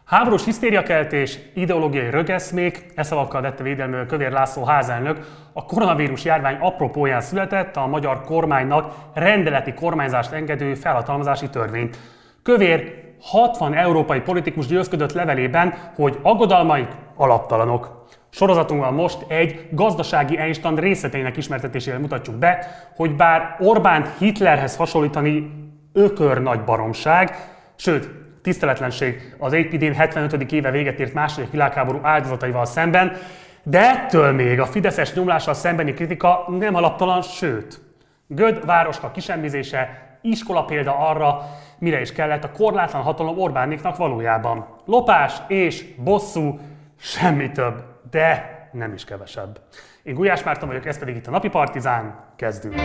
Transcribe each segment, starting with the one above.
Háborús hisztériakeltés, ideológiai rögeszmék, e szavakkal vette védelmül Kövér László házelnök. A koronavírus járvány apropóján született a magyar kormánynak rendeleti kormányzást engedő felhatalmazási törvényt. Kövér 60 európai politikus győzködött levelében, hogy aggodalmaik alaptalanok. Sorozatunkban most egy gazdasági Einstein részleteinek ismertetésével mutatjuk be, hogy bár Orbánt Hitlerhez hasonlítani ökörnagy baromság, sőt, tiszteletlenség az épidén 75. éve véget ért II. Világháború áldozataival szemben, de ettől még a fideszes nyomlással szembeni kritika nem alaptalan, sőt. Göd városka kisembizése iskola példa arra, mire is kellett a korlátlan hatalom Orbánéknak valójában. Lopás és bosszú, semmi több, de nem is kevesebb. Én Gulyás Márton vagyok, ez pedig itt a Napi Partizán, kezdünk!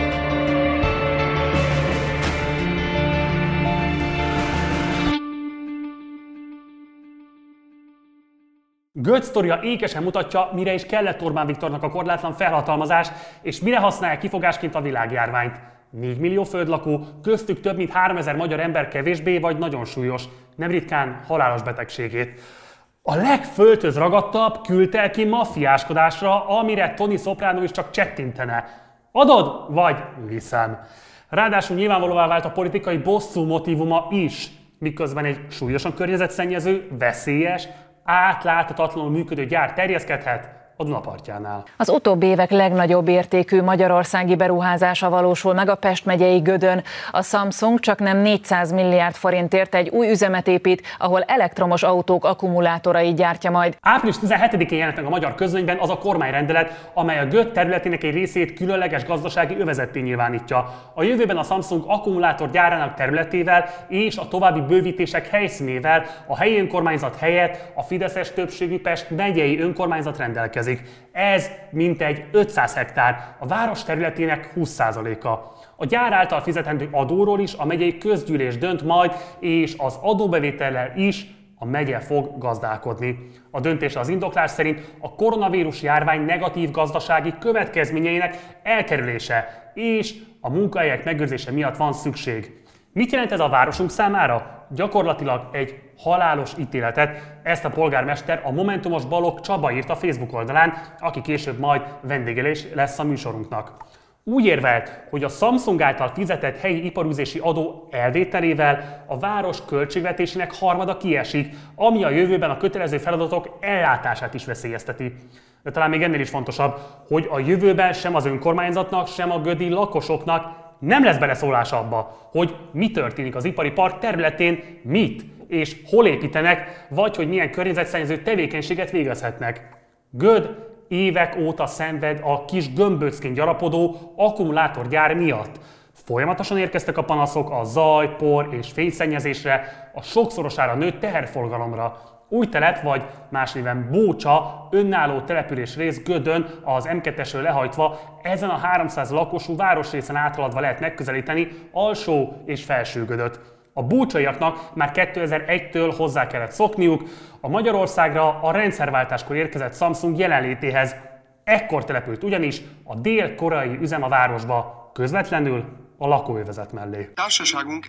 Göd sztoria ékesen mutatja, mire is kellett Orbán Viktornak a korlátlan felhatalmazás, és mire használja kifogásként a világjárványt. 4 millió földlakó, köztük több mint 3000 magyar ember kevésbé vagy nagyon súlyos, nem ritkán halálos betegségét. A legföldhöz kültelki maffiáskodásra, amire Tony Soprano is csak csettintene. Adod, vagy viszem. Ráadásul nyilvánvalóvá vált a politikai bosszú motívuma is, miközben egy súlyosan környezetszennyező, veszélyes, átláthatatlanul működő gyár terjeszkedhet a Duna partjánál. Az utóbbi évek legnagyobb értékű magyarországi beruházása valósul meg a Pest megyei Gödön. A Samsung csaknem 400 milliárd forintért egy új üzemet épít, ahol elektromos autók akkumulátorait gyártja majd. Április 17-én jelent meg a magyar közlönyben az a kormányrendelet, amely a Göd területének egy részét különleges gazdasági övezetté nyilvánítja. A jövőben a Samsung akkumulátorgyárának területével és a további bővítések helyszínével a helyi önkormányzat helyett a fideszes többségű Pest megyei önkormányzat rendelkezik. Ez mintegy 500 hektár, a város területének 20%-a. A gyár által fizetendő adóról is a megyei közgyűlés dönt majd, és az adóbevétellel is a megye fog gazdálkodni. A döntés az indoklás szerint a koronavírus járvány negatív gazdasági következményeinek elkerülése és a munkahelyek megőrzése miatt van szükség. Mit jelent ez a városunk számára? Gyakorlatilag egy halálos ítéletet. Ezt a polgármester, a Momentumos Balogh Csaba írt a Facebook oldalán, aki később majd vendége lesz a műsorunknak. Úgy érvelt, hogy a Samsung által fizetett helyi iparűzési adó elvételével a város költségvetésének harmada kiesik, ami a jövőben a kötelező feladatok ellátását is veszélyezteti. De talán még ennél is fontosabb, hogy a jövőben sem az önkormányzatnak, sem a gödi lakosoknak nem lesz beleszólása abba, hogy mi történik az ipari park területén, mit és hol építenek, vagy hogy milyen környezetszennyező tevékenységet végezhetnek. Göd évek óta szenved a kis gömböcként gyarapodó akkumulátorgyár miatt. Folyamatosan érkeztek a panaszok a zaj, por és fényszennyezésre, a sokszorosára nőtt teherforgalomra. Új telep, vagy más néven Bócsa, önálló település rész Gödön az M2-esről lehajtva, ezen a 300 lakosú városrészen áthaladva lehet megközelíteni Alsó és Felső Gödöt. A bócsaiaknak már 2001-től hozzá kellett szokniuk a Magyarországra a rendszerváltáskor érkezett Samsung jelenlétéhez. Ekkor települt ugyanis a dél-koreai üzem a városba, közvetlenül a lakóövezet mellé. Társaságunk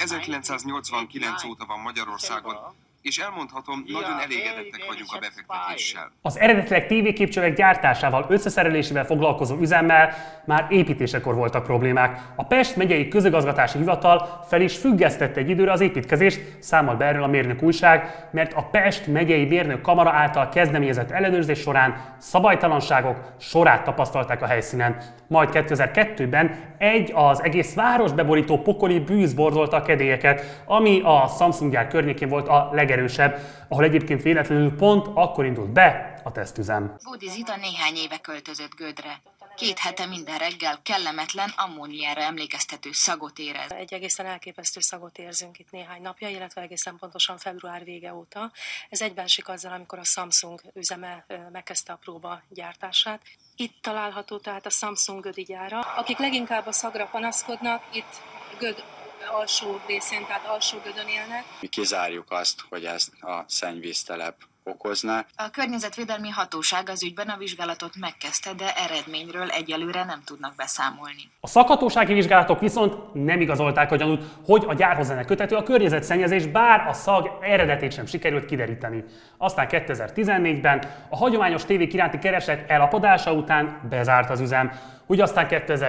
1989 óta van Magyarországon, és elmondhatom, nagyon elégedettek vagyunk a befektetéssel. Az eredetileg tévéképcsövek gyártásával, összeszerelésével foglalkozó üzemmel már építésekor voltak problémák. A Pest megyei közigazgatási hivatal fel is függesztette egy időre az építkezést, számol be erről a Mérnök újság, mert a Pest megyei mérnök kamara által kezdeményezett ellenőrzés során szabálytalanságok sorát tapasztalták a helyszínen. Majd 2002-ben egy az egész város beborító pokoli bűz borzolta a kedélyeket, ami a Samsung gyár környékén volt a legerősebb, ahol egyébként véletlenül pont akkor indult be a tesztüzem. Bódi Zita néhány éve költözött Gödre. 2 hete minden reggel kellemetlen ammóniára emlékeztető szagot érez. Egy egészen elképesztő szagot érzünk itt néhány napja, illetve egészen pontosan február vége óta. Ez egybeesik azzal, amikor a Samsung üzeme megkezdte a próbagyártását. Itt található tehát a Samsung gödi gyára. Akik leginkább a szagra panaszkodnak, itt Göd alsó részén, tehát alsó Gödön élnek. Mi kizárjuk azt, hogy ezt a szennyvíztelep okozna. A Környezetvédelmi Hatóság az ügyben a vizsgálatot megkezdte, de eredményről egyelőre nem tudnak beszámolni. A szakhatósági vizsgálatok viszont nem igazolták a gyanút, hogy a gyárhoz lenne köthető a környezetszennyezés, bár a szag eredetét sem sikerült kideríteni. Aztán 2014-ben a hagyományos tévék iránti kereslet elapadása után bezárt az üzem. Úgy aztán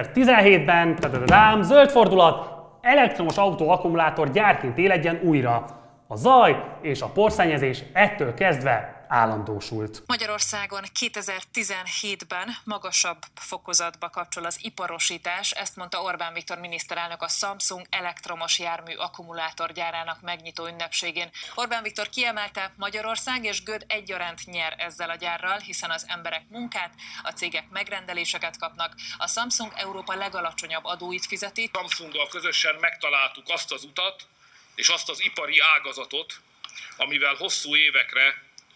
2017-ben zöld fordulat, elektromos autó akkumulátor gyárként éledjen újra. A zaj és a porszennyezés ettől kezdve állandósult. Magyarországon 2017-ben magasabb fokozatba kapcsol az iparosítás, ezt mondta Orbán Viktor miniszterelnök a Samsung elektromos jármű akkumulátorgyárának megnyitó ünnepségén. Orbán Viktor kiemelte, Magyarország és Göd egyaránt nyer ezzel a gyárral, hiszen az emberek munkát, a cégek megrendeléseket kapnak. A Samsung Európa legalacsonyabb adóit fizeti. Samsunggal közösen megtaláltuk azt az utat, és azt az ipari ágazatot, amivel hosszú évekre,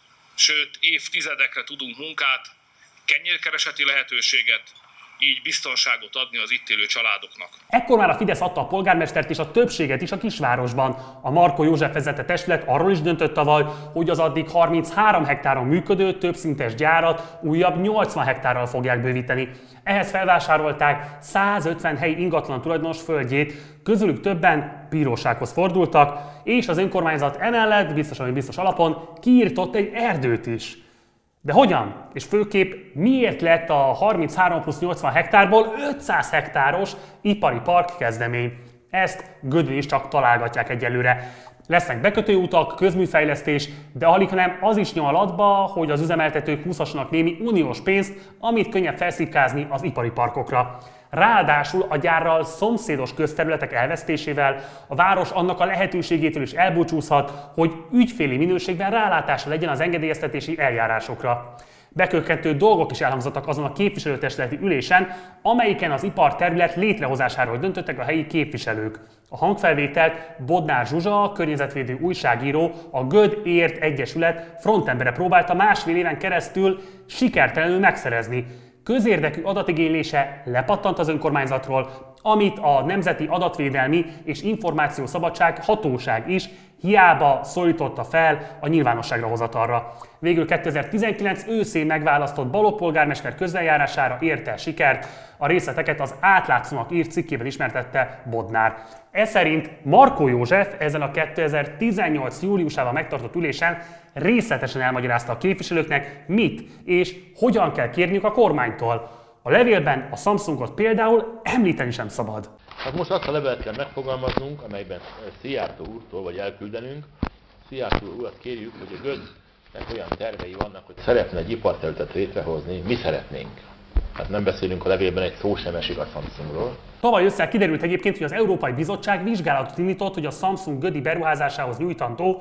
sőt évtizedekre tudunk munkát, kenyérkereseti lehetőséget, így biztonságot adni az itt élő családoknak. Ekkor már a Fidesz adta a polgármestert és a többséget is a kisvárosban. A Markó József vezette testület arról is döntött tavaly, hogy az addig 33 hektáron működő többszintes gyárat újabb 80 hektárral fogják bővíteni. Ehhez felvásárolták 150 helyi ingatlan tulajdonos földjét, közülük többen bírósághoz fordultak, és az önkormányzat emellett, biztos alapon kiirtott egy erdőt is. De hogyan? És főképp miért lett a 33 plusz 80 hektárból 500 hektáros ipari park kezdemény? Ezt Gödön is csak találgatják egyelőre. Lesznek bekötőutak, közműfejlesztés, de alighanem az is nyom alatba, hogy az üzemeltetők húszassanak némi uniós pénzt, amit könnyebb felszipkázni az ipari parkokra. Ráadásul a gyárral szomszédos közterületek elvesztésével a város annak a lehetőségétől is elbúcsúzhat, hogy ügyféli minőségben rálátása legyen az engedélyeztetési eljárásokra. Bekökkentő dolgok is elhangzottak azon a képviselőtestületi ülésen, amelyiken az iparterület létrehozásáról döntöttek a helyi képviselők. A hangfelvételt Bodnár Zsuzsa, környezetvédő újságíró, a Göd ért Egyesület frontembere próbálta másfél éven keresztül sikertelenül megszerezni. Közérdekű adatigénylése lepattant az önkormányzatról, amit a Nemzeti Adatvédelmi és Információszabadság Hatóság is hiába szólította fel a nyilvánosságra hozatalra. Végül 2019 őszén megválasztott Balogh polgármester közeljárására érte el sikert, a részleteket az Átlátszónak írt cikkében ismertette Bodnár. Ez szerint Markó József ezen a 2018. júliusában megtartott ülésen részletesen elmagyarázta a képviselőknek, mit és hogyan kell kérniük a kormánytól. A levélben a Samsungot például említeni sem szabad. Hát most azt a levelet kell megfogalmaznunk, amelyben Szijjártó úrtól vagy elküldenünk. Szijjártó urat kérjük, hogy a Gödnek olyan tervei vannak, hogy szeretne egy iparterületet létrehozni, mi szeretnénk. Hát nem beszélünk a levélben, egy szó sem esik a Samsungról. Tavaly ősszel kiderült egyébként, hogy az Európai Bizottság vizsgálatot indított, hogy a Samsung gödi beruházásához nyújtandó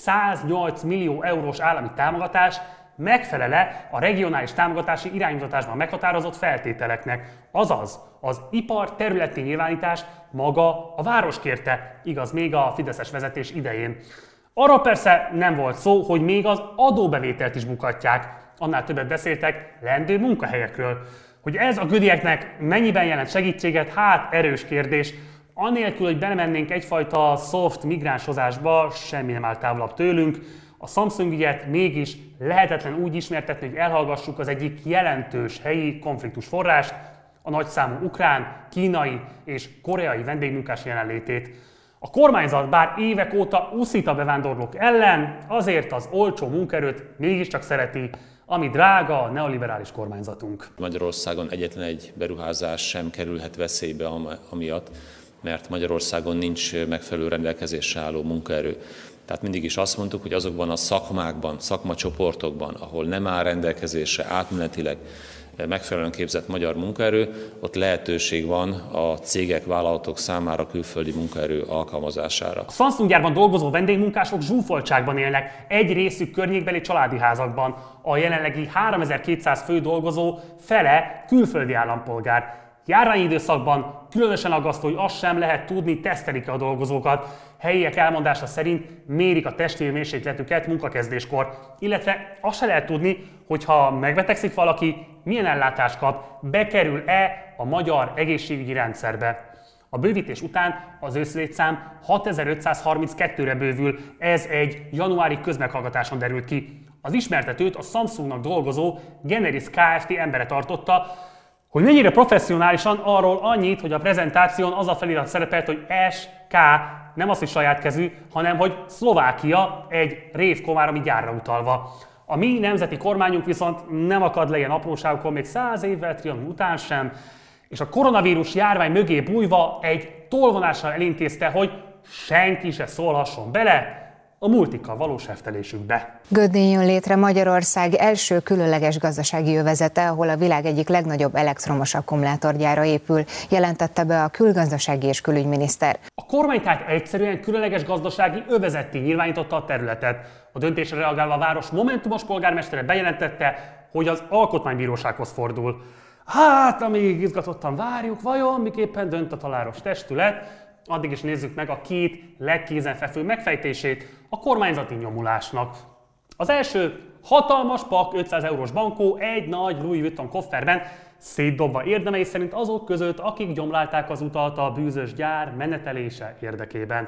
108 millió eurós állami támogatás megfelele a regionális támogatási iránymutatásban meghatározott feltételeknek. Azaz, az ipar területi nyilvánítás maga a város kérte, igaz még a fideszes vezetés idején. Arról persze nem volt szó, hogy még az adóbevételt is bukatják. Annál többet beszéltek lendő munkahelyekről. Hogy ez a gödieknek mennyiben jelent segítséget, hát erős kérdés. Anélkül, hogy belemennénk egyfajta soft migránshozásba, semmi nem áll távolabb tőlünk. A Samsung ügyet mégis lehetetlen úgy ismertetni, hogy elhallgassuk az egyik jelentős helyi konfliktus forrást, a nagyszámú ukrán, kínai és koreai vendégmunkás jelenlétét. A kormányzat bár évek óta úszít a bevándorlók ellen, azért az olcsó munkaerőt mégiscsak szereti, ami drága a neoliberális kormányzatunk. Magyarországon egyetlen egy beruházás sem kerülhet veszélybe amiatt, mert Magyarországon nincs megfelelő rendelkezésre álló munkaerő. Tehát mindig is azt mondtuk, hogy azokban a szakmákban, szakmacsoportokban, ahol nem áll rendelkezésre átmenetileg megfelelően képzett magyar munkaerő, ott lehetőség van a cégek, vállalatok számára külföldi munkaerő alkalmazására. A Samsung gyárban dolgozó vendégmunkások zsúfoltságban élnek, egy részük környékbeli családi házakban. A jelenlegi 3200 fő dolgozó fele külföldi állampolgár. Járványi időszakban különösen aggasztó, hogy azt sem lehet tudni, tesztelik-e a dolgozókat. Helyiek elmondása szerint mérik a testi hőmérsékletüket munkakezdéskor, illetve azt se lehet tudni, hogy ha megbetegszik valaki, milyen ellátást kap, bekerül-e a magyar egészségügyi rendszerbe. A bővítés után az őszlétszám 6532-re bővül, ez egy januári közmeghallgatáson derült ki. Az ismertetőt a Samsungnak dolgozó Generis Kft. Embere tartotta, hogy mennyire professzionálisan, arról annyit, hogy a prezentáción az a felirat szerepelt, hogy SK, nem az, hogy saját kezű, hanem hogy Szlovákia egy révkomáromi gyárra utalva. A mi nemzeti kormányunk viszont nem akad le ilyen apróságokon még 100 évvel Trianon után sem, és a koronavírus járvány mögé bújva egy tolvonással elintézte, hogy senki se szólhasson bele a multikkal való seftelésükbe. Gödön jön létre Magyarország első különleges gazdasági övezete, ahol a világ egyik legnagyobb elektromos akkumulátorgyára épül, jelentette be a külgazdasági és külügyminiszter. A kormány tehát egyszerűen különleges gazdasági övezetté nyilvánította a területet. A döntésre reagálva a város momentumos polgármestere bejelentette, hogy az alkotmánybírósághoz fordul. Hát, amíg izgatottan várjuk, vajon miképpen dönt a taláros testület, addig is nézzük meg a két legkézenfekvőbb megfejtését a kormányzati nyomulásnak. Az első, hatalmas pak 500 eurós bankó egy nagy Louis Vuitton kofferben, szétdobva érdemei szerint azok között, akik gyomlálták az utat a bűzös gyár menetelése érdekében.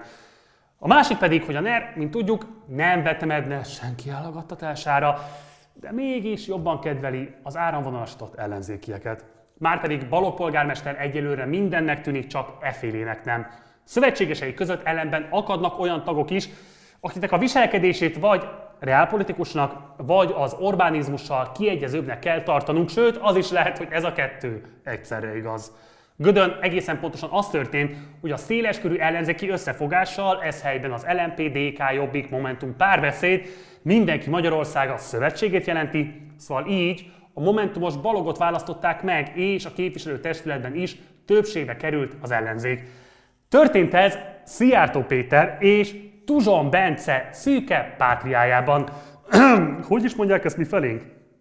A másik pedig, hogy a NER, mint tudjuk, nem vetemedne senki elhallgattatására, de mégis jobban kedveli az áramvonalasított ellenzékieket. Márpedig Balogh polgármester egyelőre mindennek tűnik, csak effélének nem. Szövetségesei között ellenben akadnak olyan tagok is, akiknek a viselkedését vagy reálpolitikusnak, vagy az Orbánizmussal kiegyezőbbnek kell tartanunk, sőt, az is lehet, hogy ez a kettő egyszerre igaz. Gödön egészen pontosan az történt, hogy a széleskörű ellenzéki összefogással, ez helyben az LMP, DK, Jobbik, Momentum párbeszéd, mindenki Magyarországa szövetségét jelenti, szóval így a momentumos Balogot választották meg, és a képviselőtestületben is többségbe került az ellenzék. Történt ez Szijjártó Péter és Tuzson Bence szűke pátriájában. Hogy is mondják ezt mi felénk?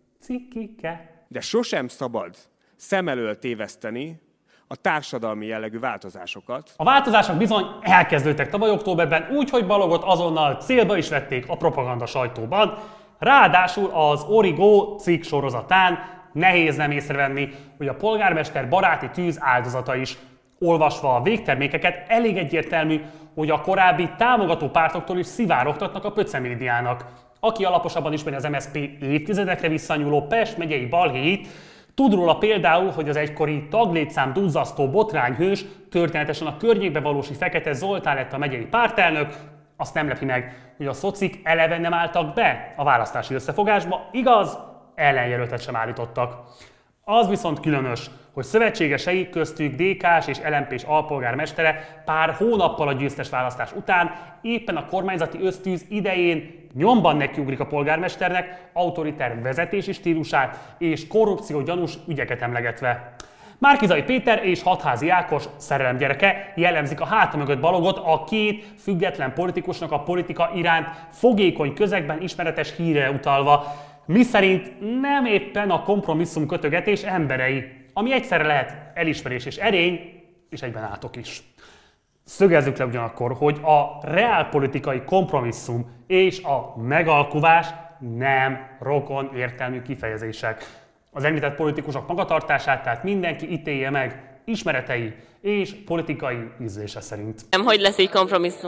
Cikike. De sosem szabad szem elől téveszteni a társadalmi jellegű változásokat. A változások bizony elkezdődtek tavaly októberben, úgyhogy Balogot azonnal célba is vették a propaganda sajtóban. Ráadásul az Origo cikk sorozatán nehéz nem észrevenni, hogy a polgármester baráti tűz áldozata is. Olvasva a végtermékeket elég egyértelmű, hogy a korábbi támogató pártoktól is szivárogtatnak a Pöcce médiának. Aki alaposabban ismeri az MSZP évtizedekre visszanyúló Pest megyei balhéit, tud róla például, hogy az egykori taglétszám duzzasztó botrányhős történetesen a környékbe valósi Fekete Zoltán lett a megyei pártelnök. Azt nem lepi meg, hogy a szocik eleve nem álltak be a választási összefogásba, igaz, ellenjelöltet sem állítottak. Az viszont különös, hogy szövetségesei, köztük DK-s és LMP-s alpolgármestere pár hónappal a győztes választás után éppen a kormányzati ösztűz idején nyomban nekiugrik a polgármesternek, autoriter vezetési stílusát és korrupció gyanús ügyeket emlegetve. Márki-Zay Péter és Hatházi Ákos szerelemgyereke jellemzik a háta mögött Balogot, a két független politikusnak a politika iránt fogékony közegben ismeretes hírre utalva, miszerint nem éppen a kompromisszum kötögetés emberei, ami egyszerre lehet elismerés és erény, és egyben átok is. Szögezzük le ugyanakkor, hogy a reálpolitikai kompromisszum és a megalkuvás nem rokon értelmű kifejezések. Az említett politikusok magatartását tehát mindenki ítélje meg ismeretei és politikai ízlése szerint. Nem, hogy lesz így kompromisszum?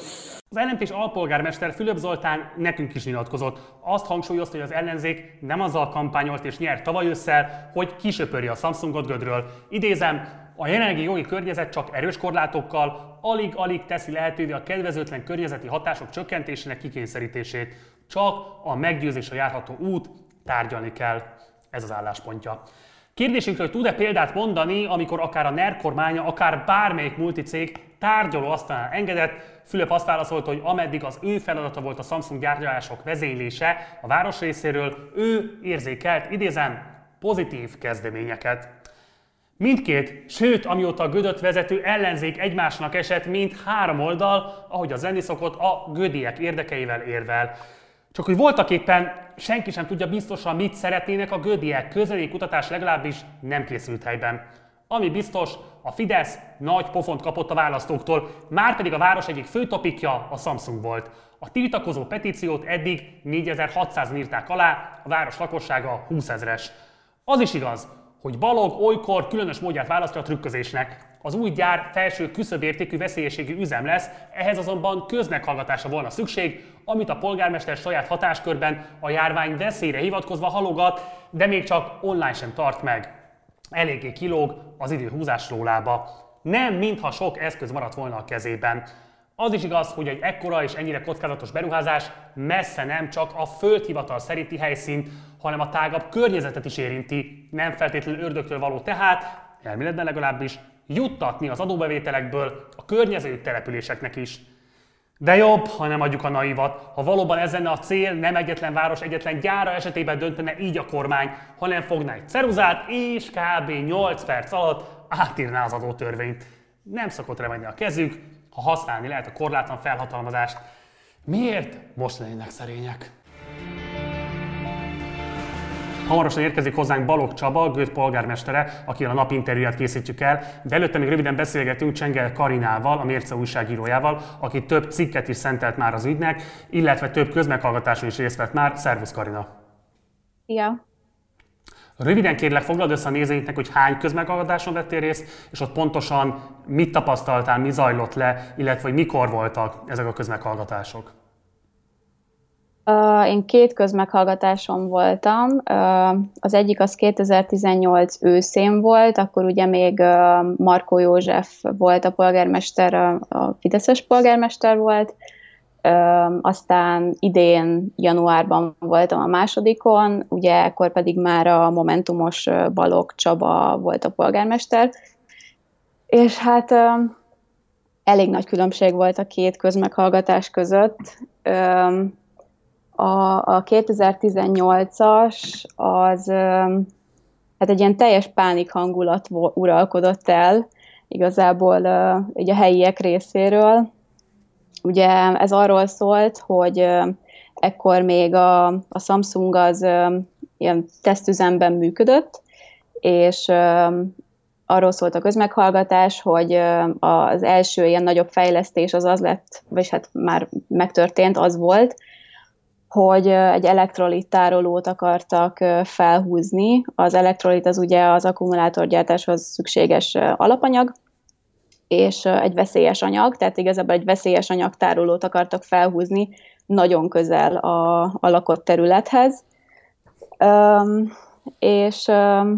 Az LMP-s alpolgármester Fülöp Zoltán nekünk is nyilatkozott. Azt hangsúlyozta, hogy az ellenzék nem azzal kampányolt és nyert tavaly ősszel, hogy kisöpöri a Samsungot Gödről. Idézem, a jelenlegi jogi környezet csak erős korlátokkal alig-alig teszi lehetővé a kedvezőtlen környezeti hatások csökkentésének kikényszerítését. Csak a meggyőzésre járható út, tárgyalni kell. Ez az álláspontja. Kérdésünkről tud-e példát mondani, amikor akár a NER kormánya, akár bármelyik multicég tárgyalóasztalán engedett? Fülöp azt válaszolta, hogy ameddig az ő feladata volt a Samsung gyártások vezénylése a város részéről, ő érzékelt, idézem, pozitív kezdeményeket. Mindkét, sőt, amióta a Gödöt vezető ellenzék egymásnak esett, mint három oldal, ahogy az lenni szokott, a gödiek érdekeivel érvel. Csak hogy voltaképpen senki sem tudja biztosan, mit szeretnének a gödiek, közeli kutatás legalábbis nem készült helyben. Ami biztos, a Fidesz nagy pofont kapott a választóktól, márpedig a város egyik fő topikja a Samsung volt. A tiltakozó petíciót eddig 4600-an írták alá, a város lakossága 20 000-es. Az is igaz, hogy Balogh olykor különös módját választja a trükközésnek. Az új gyár felső küszöbértékű veszélyességű üzem lesz, ehhez azonban közmeghallgatásra volna szükség, amit a polgármester saját hatáskörben a járvány veszélyre hivatkozva halogat, de még csak online sem tart meg. Eléggé kilóg az időhúzás rólába. Nem mintha sok eszköz maradt volna a kezében. Az is igaz, hogy egy ekkora és ennyire kockázatos beruházás messze nem csak a földhivatal szerinti helyszínt, hanem a tágabb környezetet is érinti. Nem feltétlenül ördögtől való tehát, elméletben legalábbis, juttatni az adóbevételekből a környező településeknek is. De jobb, ha nem adjuk a naivat. Ha valóban ez lenne a cél, nem egyetlen város, egyetlen gyára esetében döntene így a kormány, hanem fogná egy ceruzát, és kb. 8 perc alatt átírná az adótörvényt. Nem szokott remenni a kezük, ha használni lehet a korlátlan felhatalmazást. Miért most lennének szerények? Hamarosan érkezik hozzánk Balogh Csaba, Göd polgármestere, akivel a napinterjúját készítjük el, de előtte még röviden beszélgetünk Csengel Karinával, a Mérce újságírójával, aki több cikket is szentelt már az ügynek, illetve több közmeghallgatáson is részt vett már. Szervusz, Karina! Ja. Röviden kérlek, foglald össze a nézőinknek, hogy hány közmeghallgatáson vettél részt, és ott pontosan mit tapasztaltál, mi zajlott le, illetve hogy mikor voltak ezek a közmeghallgatások. Én 2 közmeghallgatáson voltam. Az egyik az 2018 őszén volt, akkor ugye még Markó József volt a polgármester, a fideszes polgármester volt. Aztán idén januárban voltam a másodikon, ugye ekkor pedig már a momentumos Balogh Csaba volt a polgármester. És hát elég nagy különbség volt a 2 közmeghallgatás között. A 2018-as az hát egy ilyen teljes pánik hangulat uralkodott el igazából így a helyiek részéről. Ugye ez arról szólt, hogy ekkor még a Samsung az ilyen tesztüzemben működött, és arról szólt a közmeghallgatás, hogy az első ilyen nagyobb fejlesztés az lett, vagy hát már megtörtént, az volt, hogy egy elektrolit tárolót akartak felhúzni. Az elektrolit az ugye az akkumulátorgyártáshoz szükséges alapanyag, és egy veszélyes anyag, tehát igazából egy veszélyes anyagtárolót akartak felhúzni nagyon közel a lakott területhez. És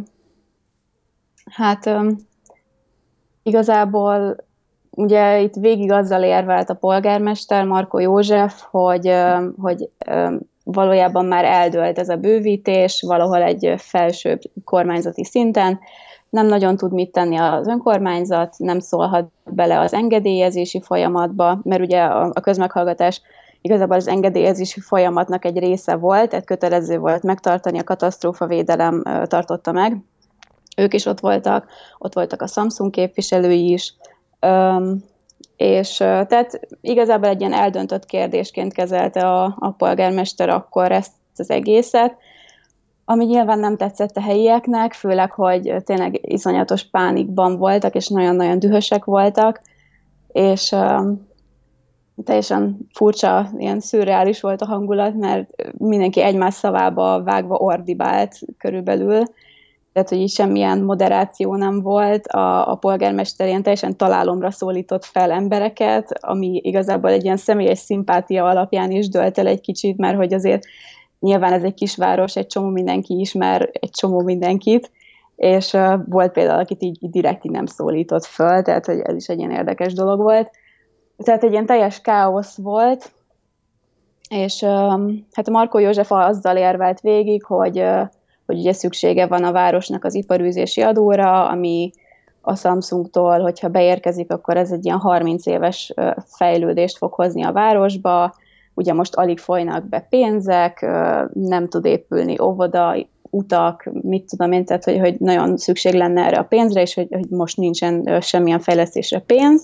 hát igazából ugye itt végig azzal érvelt a polgármester, Markó József, hogy valójában már eldőlt ez a bővítés, valahol egy felsőbb kormányzati szinten, nem nagyon tud mit tenni az önkormányzat, nem szólhat bele az engedélyezési folyamatba, mert ugye a közmeghallgatás igazából az engedélyezési folyamatnak egy része volt, tehát kötelező volt megtartani, a katasztrófavédelem tartotta meg. Ők is ott voltak a Samsung képviselői is, és tehát igazából egy ilyen eldöntött kérdésként kezelte a polgármester akkor ezt az egészet, ami nyilván nem tetszett a helyieknek, főleg, hogy tényleg iszonyatos pánikban voltak, és nagyon-nagyon dühösek voltak, és teljesen furcsa, ilyen szürreális volt a hangulat, mert mindenki egymás szavába vágva ordibált körülbelül, tehát, hogy így semmilyen moderáció nem volt, a polgármester ilyen teljesen találomra szólított fel embereket, ami igazából egy ilyen személyes szimpátia alapján is dölt el egy kicsit, mert hogy azért nyilván ez egy kisváros, egy csomó mindenki ismer egy csomó mindenkit, és volt például, akit így direkt így nem szólított föl, tehát hogy ez is egy ilyen érdekes dolog volt. Tehát egy ilyen teljes káosz volt, és hát a Markó József azzal érvelt végig, hogy ugye szüksége van a városnak az iparűzési adóra, ami a Samsungtól, hogyha beérkezik, akkor ez egy ilyen 30 éves fejlődést fog hozni a városba. Ugye most alig folynak be pénzek, nem tud épülni óvoda, utak, mit tudom én, tehát hogy nagyon szükség lenne erre a pénzre, és hogy most nincsen semmilyen fejlesztésre pénz.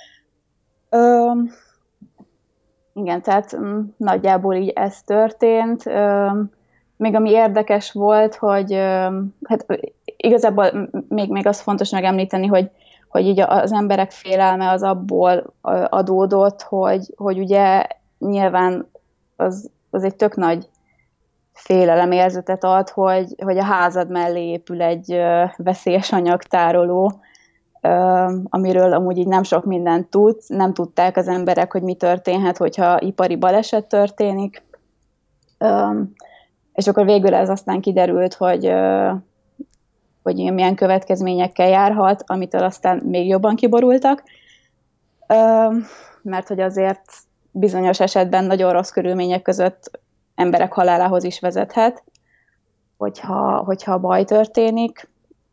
Igen, tehát nagyjából így ez történt. Még ami érdekes volt, hogy hát igazából még az fontos megemlíteni, hogy így az emberek félelme az abból adódott, hogy ugye nyilván az egy tök nagy félelemérzetet ad, hogy a házad mellé épül egy veszélyes anyagtároló, amiről amúgy így nem sok mindent tudsz, nem tudták az emberek, hogy mi történhet, hogyha ipari baleset történik. És akkor végül ez aztán kiderült, hogy milyen következményekkel járhat, amitől aztán még jobban kiborultak, mert hogy azért bizonyos esetben nagyon rossz körülmények között emberek halálához is vezethet, hogyha baj történik.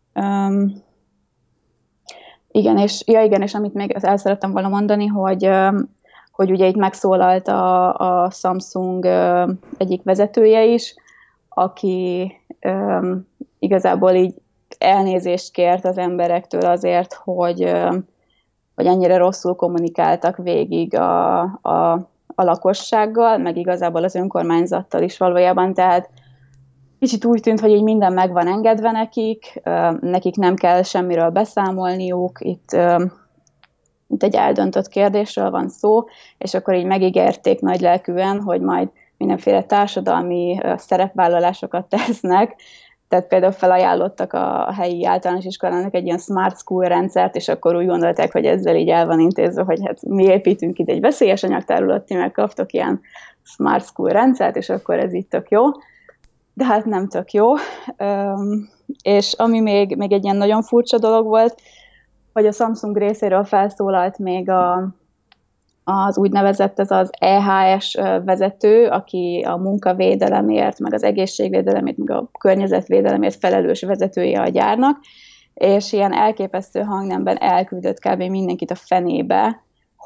Igen, és amit még el szerettem volna mondani, hogy ugye itt megszólalt a Samsung egyik vezetője is, aki igazából így elnézést kért az emberektől azért, hogy ennyire rosszul kommunikáltak végig a lakossággal, meg igazából az önkormányzattal is valójában, tehát kicsit úgy tűnt, hogy így minden meg van engedve nekik nem kell semmiről beszámolniuk, itt egy eldöntött kérdésről van szó, és akkor így megígérték nagylelkűen, hogy majd mindenféle társadalmi szerepvállalásokat tesznek, tehát például felajánlottak a helyi általános iskolának egy ilyen smart school rendszert, és akkor úgy gondolták, hogy ezzel így el van intézve, hogy hát mi építünk ide egy veszélyes anyagtárulat, ti megkaptok ilyen smart school rendszert, és akkor ez így tök jó. De hát nem tök jó. És ami még egy ilyen nagyon furcsa dolog volt, hogy a Samsung részéről felszólalt még az úgynevezett ez az EHS vezető, aki a munkavédelemért, meg az egészségvédelemért, meg a környezetvédelemért felelős vezetője a gyárnak, és ilyen elképesztő hangnemben elküldött kb. Mindenkit a fenébe,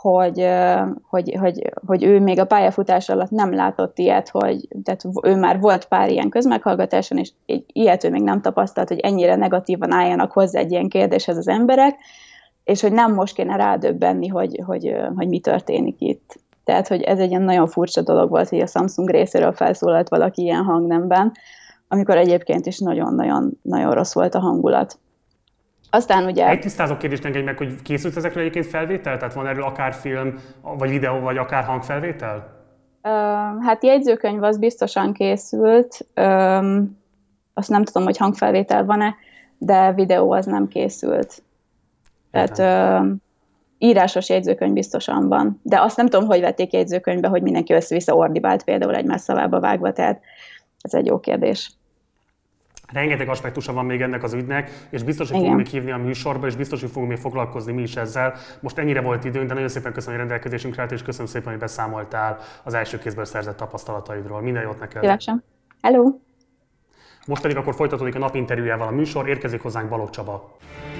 hogy ő még a pályafutás alatt nem látott ilyet, tehát ő már volt pár ilyen közmeghallgatáson, és ilyet ő még nem tapasztalt, hogy ennyire negatívan álljanak hozzá egy ilyen kérdéshez az emberek, és hogy nem most kéne rádöbbenni, hogy mi történik itt. Tehát, hogy ez egy ilyen nagyon furcsa dolog volt, hogy a Samsung részéről felszólalt valaki ilyen hangnemben, amikor egyébként is nagyon rossz volt a hangulat. Aztán ugye... Egy tisztázó kérdést engedj meg, hogy készült ezekről egyébként felvétel? Tehát van erről akár film, vagy videó, vagy akár hangfelvétel? Hát jegyzőkönyv az biztosan készült. Azt nem tudom, hogy hangfelvétel van-e, de videó az nem készült. Tehát írásos jegyzőkönyv biztosan van. De azt nem tudom, hogy vették jegyzőkönyvbe, hogy mindenki össze-vissza ordibált például egymás szavába vágva, tehát ez egy jó kérdés. Rengeteg aspektusa van még ennek az ügynek, és biztos, hogy fogunk még hívni a műsorba, és biztos, hogy fogunk még foglalkozni mi is ezzel. Most ennyire volt időnk, de nagyon szépen köszönöm, hogy rendelkezésünkre állt, és köszönöm szépen, hogy beszámoltál az első kézből szerzett tapasztalataidról. Minden jót neked! Szívesen! Hello! Most pedig akkor folytatódik a napinterjújával a műsor, érkezik hozzánk Balogh Csaba.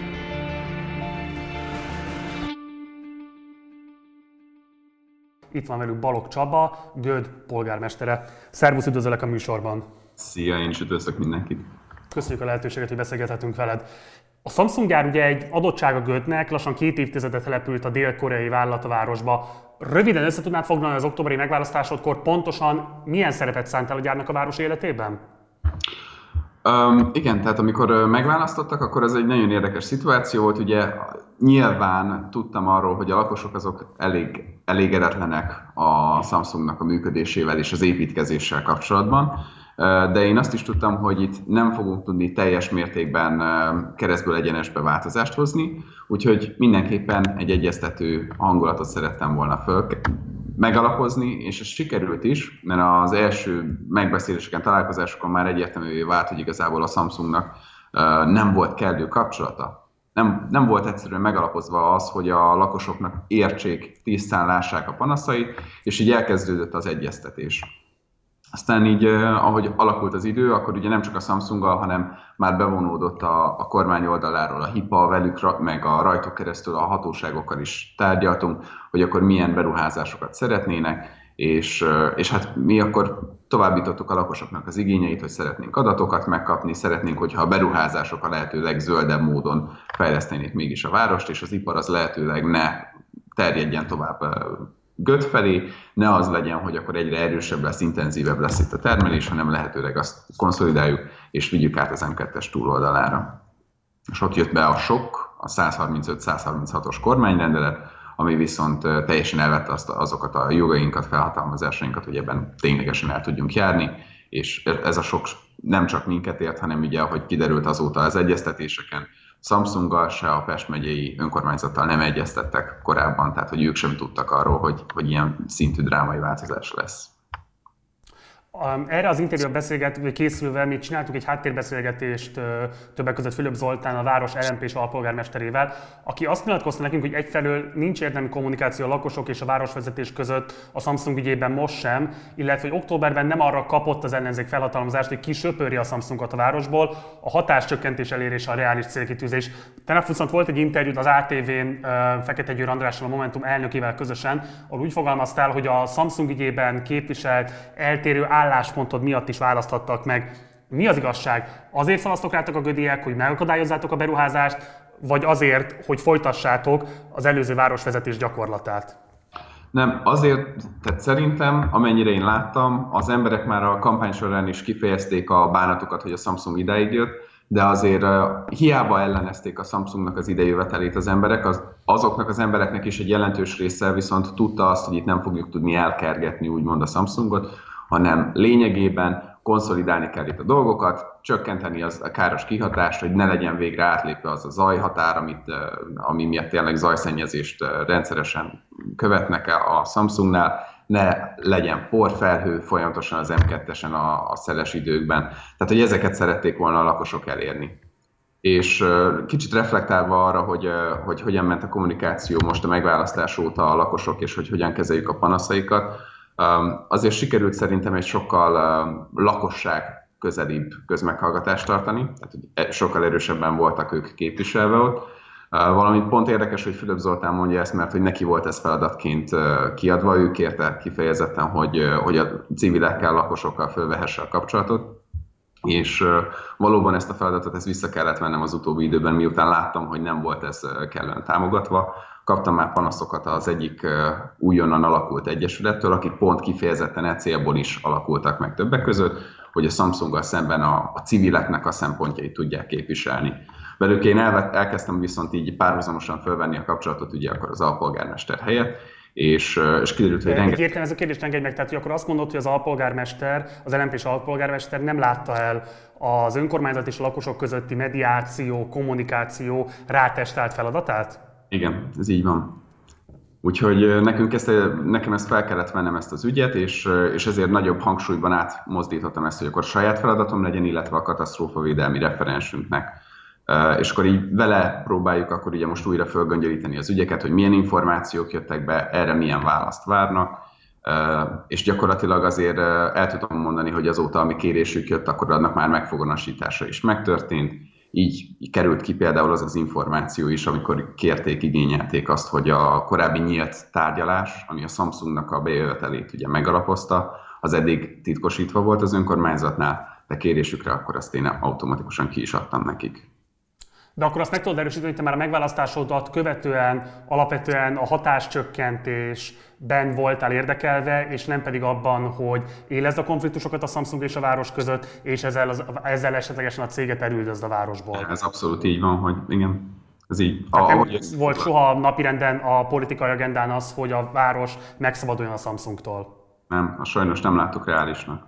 Itt van velük Balogh Csaba, Göd polgármestere. Szervusz, üdvözöllek a műsorban! Szia, én is üdvözlök mindenkit! Köszönjük a lehetőséget, hogy beszélgethetünk veled. A Samsung gyár ugye egy adottsága Gödnek, lassan 2 évtizedet települt a dél-koreai vállalat a városba. Röviden össze tudnád foglalni az októberi megválasztásodkor, pontosan milyen szerepet szántál a gyárnak a város életében? Igen, tehát amikor megválasztottak, akkor ez egy nagyon érdekes szituáció volt. Ugye nyilván tudtam arról, hogy a lakosok azok elég elégedetlenek a Samsungnak a működésével és az építkezéssel kapcsolatban. De én azt is tudtam, hogy itt nem fogunk tudni teljes mértékben keresztből egyenesbe változást hozni, úgyhogy mindenképpen egy egyeztető hangulatot szerettem volna megalapozni, és ez sikerült is, mert az első megbeszéléseken, találkozásokon már egyértelművé vált, hogy igazából a Samsungnak nem volt kellő kapcsolata. Nem volt egyszerűen megalapozva az, hogy a lakosoknak értsék, tisztán lássák a panaszait, és így elkezdődött az egyeztetés. Aztán így, ahogy alakult az idő, akkor ugye nem csak a Samsunggal, hanem már bevonódott a kormány oldaláról a HIPA, velük, meg a rajtuk keresztül a hatóságokkal is tárgyaltunk, hogy akkor milyen beruházásokat szeretnének, és hát mi akkor továbbítottuk a lakosoknak az igényeit, hogy szeretnénk adatokat megkapni, szeretnénk, hogyha a beruházások a lehető legzöldebb módon fejlesztenék mégis a várost, és az ipar az lehetőleg ne terjedjen tovább Göd felé, ne az legyen, hogy akkor egyre erősebb lesz, intenzívebb lesz itt a termelés, hanem lehetőleg azt konszolidáljuk, és vigyük át az M2-es túloldalára. És ott jött be a sok, a 135-136-os kormányrendelet, ami viszont teljesen elvette azokat a jogainkat, felhatalmazásainkat, hogy ebben ténylegesen el tudjunk járni, és ez a sok nem csak minket ért, hanem ugye, ahogy kiderült azóta az egyeztetéseken, Samsunggal, se a Pest megyei önkormányzattal nem egyeztettek korábban, tehát hogy ők sem tudtak arról, hogy ilyen szintű drámai változás lesz. Erre az interjúra készülve még csináltuk egy háttérbeszélgetést többek között Fülöp Zoltán, a város LMP-s alpolgármesterével, aki azt nyilatkozta nekünk, hogy egyfelől nincs érdemi kommunikáció a lakosok és a városvezetés között a Samsung ügyében most sem, illetve hogy októberben nem arra kapott az ellenzék felhatalmazást, hogy kisöpörri a Samsungot a városból, a hatáscsökkentés elérése a reális célkitűzés. Tegnap viszont volt egy interjút az ATV-n Fekete Győr Andrással, a Momentum elnökével közösen, ahol úgy fogalmaztál, hogy a Samsung ügyében képviselt eltérő álláspontod miatt is választhattak meg. Mi az igazság? Azért szavaztok rátok a gödiek, hogy megakadályozzátok a beruházást, vagy azért, hogy folytassátok az előző városvezetés gyakorlatát? Nem, azért, tehát szerintem, amennyire én láttam, az emberek már a kampány során is kifejezték a bánatukat, hogy a Samsung ideig jött, de azért hiába ellenezték a Samsungnak az idejövetelét az emberek, azoknak az embereknek is egy jelentős része viszont tudta azt, hogy itt nem fogjuk tudni elkergetni úgymond a Samsungot, hanem lényegében konszolidálni kell itt a dolgokat, csökkenteni az a káros kihatást, hogy ne legyen végre átlépve az a zajhatár, ami miatt tényleg zajszennyezést rendszeresen követnek a Samsungnál, ne legyen porfelhő folyamatosan az M2-esen a szeles időkben. Tehát, hogy ezeket szerették volna a lakosok elérni. És kicsit reflektálva arra, hogy hogyan ment a kommunikáció most a megválasztás óta a lakosok, és hogy hogyan kezeljük a panaszaikat, azért sikerült szerintem egy sokkal lakosság közelibb közmeghallgatást tartani, tehát sokkal erősebben voltak ők képviselve ott. Valamint pont érdekes, hogy Fülöp Zoltán mondja ezt, mert hogy neki volt ez feladatként kiadva, ő kérte kifejezetten, hogy a civilekkel, lakosokkal fölvehesse a kapcsolatot, és valóban ezt a feladatot vissza kellett vennem az utóbbi időben, miután láttam, hogy nem volt ez kellően támogatva. Kaptam már panaszokat az egyik újonnan alakult egyesülettől, akik pont kifejezetten e célból is alakultak meg többek között, hogy a Samsunggal szemben a civileknek a szempontjait tudják képviselni. Velük én elkezdtem viszont így párhuzamosan fölvenni a kapcsolatot ugye akkor az alpolgármester helyett, és kiderült, hogy rengeteg... Ez a kérdést engedj meg, tehát hogy akkor azt mondod, hogy az alpolgármester, az LMP-s alpolgármester nem látta el az önkormányzat és a lakosok közötti mediáció, kommunikáció rátestált feladatát? Igen, ez így van. Úgyhogy nekem ezt fel kellett vennem ezt az ügyet, és ezért nagyobb hangsúlyban átmozdítottam ezt, hogy akkor saját feladatom legyen, illetve a katasztrófavédelmi referensünknek. És akkor így vele próbáljuk akkor ugye most újra fölgöngyölíteni az ügyeket, hogy milyen információk jöttek be, erre milyen választ várnak, és gyakorlatilag azért el tudom mondani, hogy azóta, ami kérésük jött, akkor annak már megfoganasítása is megtörtént. Így került ki például az információ is, amikor kérték, igényelték azt, hogy a korábbi nyílt tárgyalás, ami a Samsungnak a bejövetelét ugye megalapozta, az eddig titkosítva volt az önkormányzatnál, de kérésükre akkor azt én automatikusan ki is adtam nekik. De akkor azt meg tudod erősíteni, hogy te már a megválasztásodat követően alapvetően a hatáscsökkentésben voltál érdekelve, és nem pedig abban, hogy élezd a konfliktusokat a Samsung és a város között, és ezzel esetlegesen a céget elüldözd a városból. Ez abszolút így van, hogy igen. Ez így. Nem volt soha napirenden a politikai agendán az, hogy a város megszabaduljon a Samsungtól. Nem, sajnos nem láttuk reálisnak.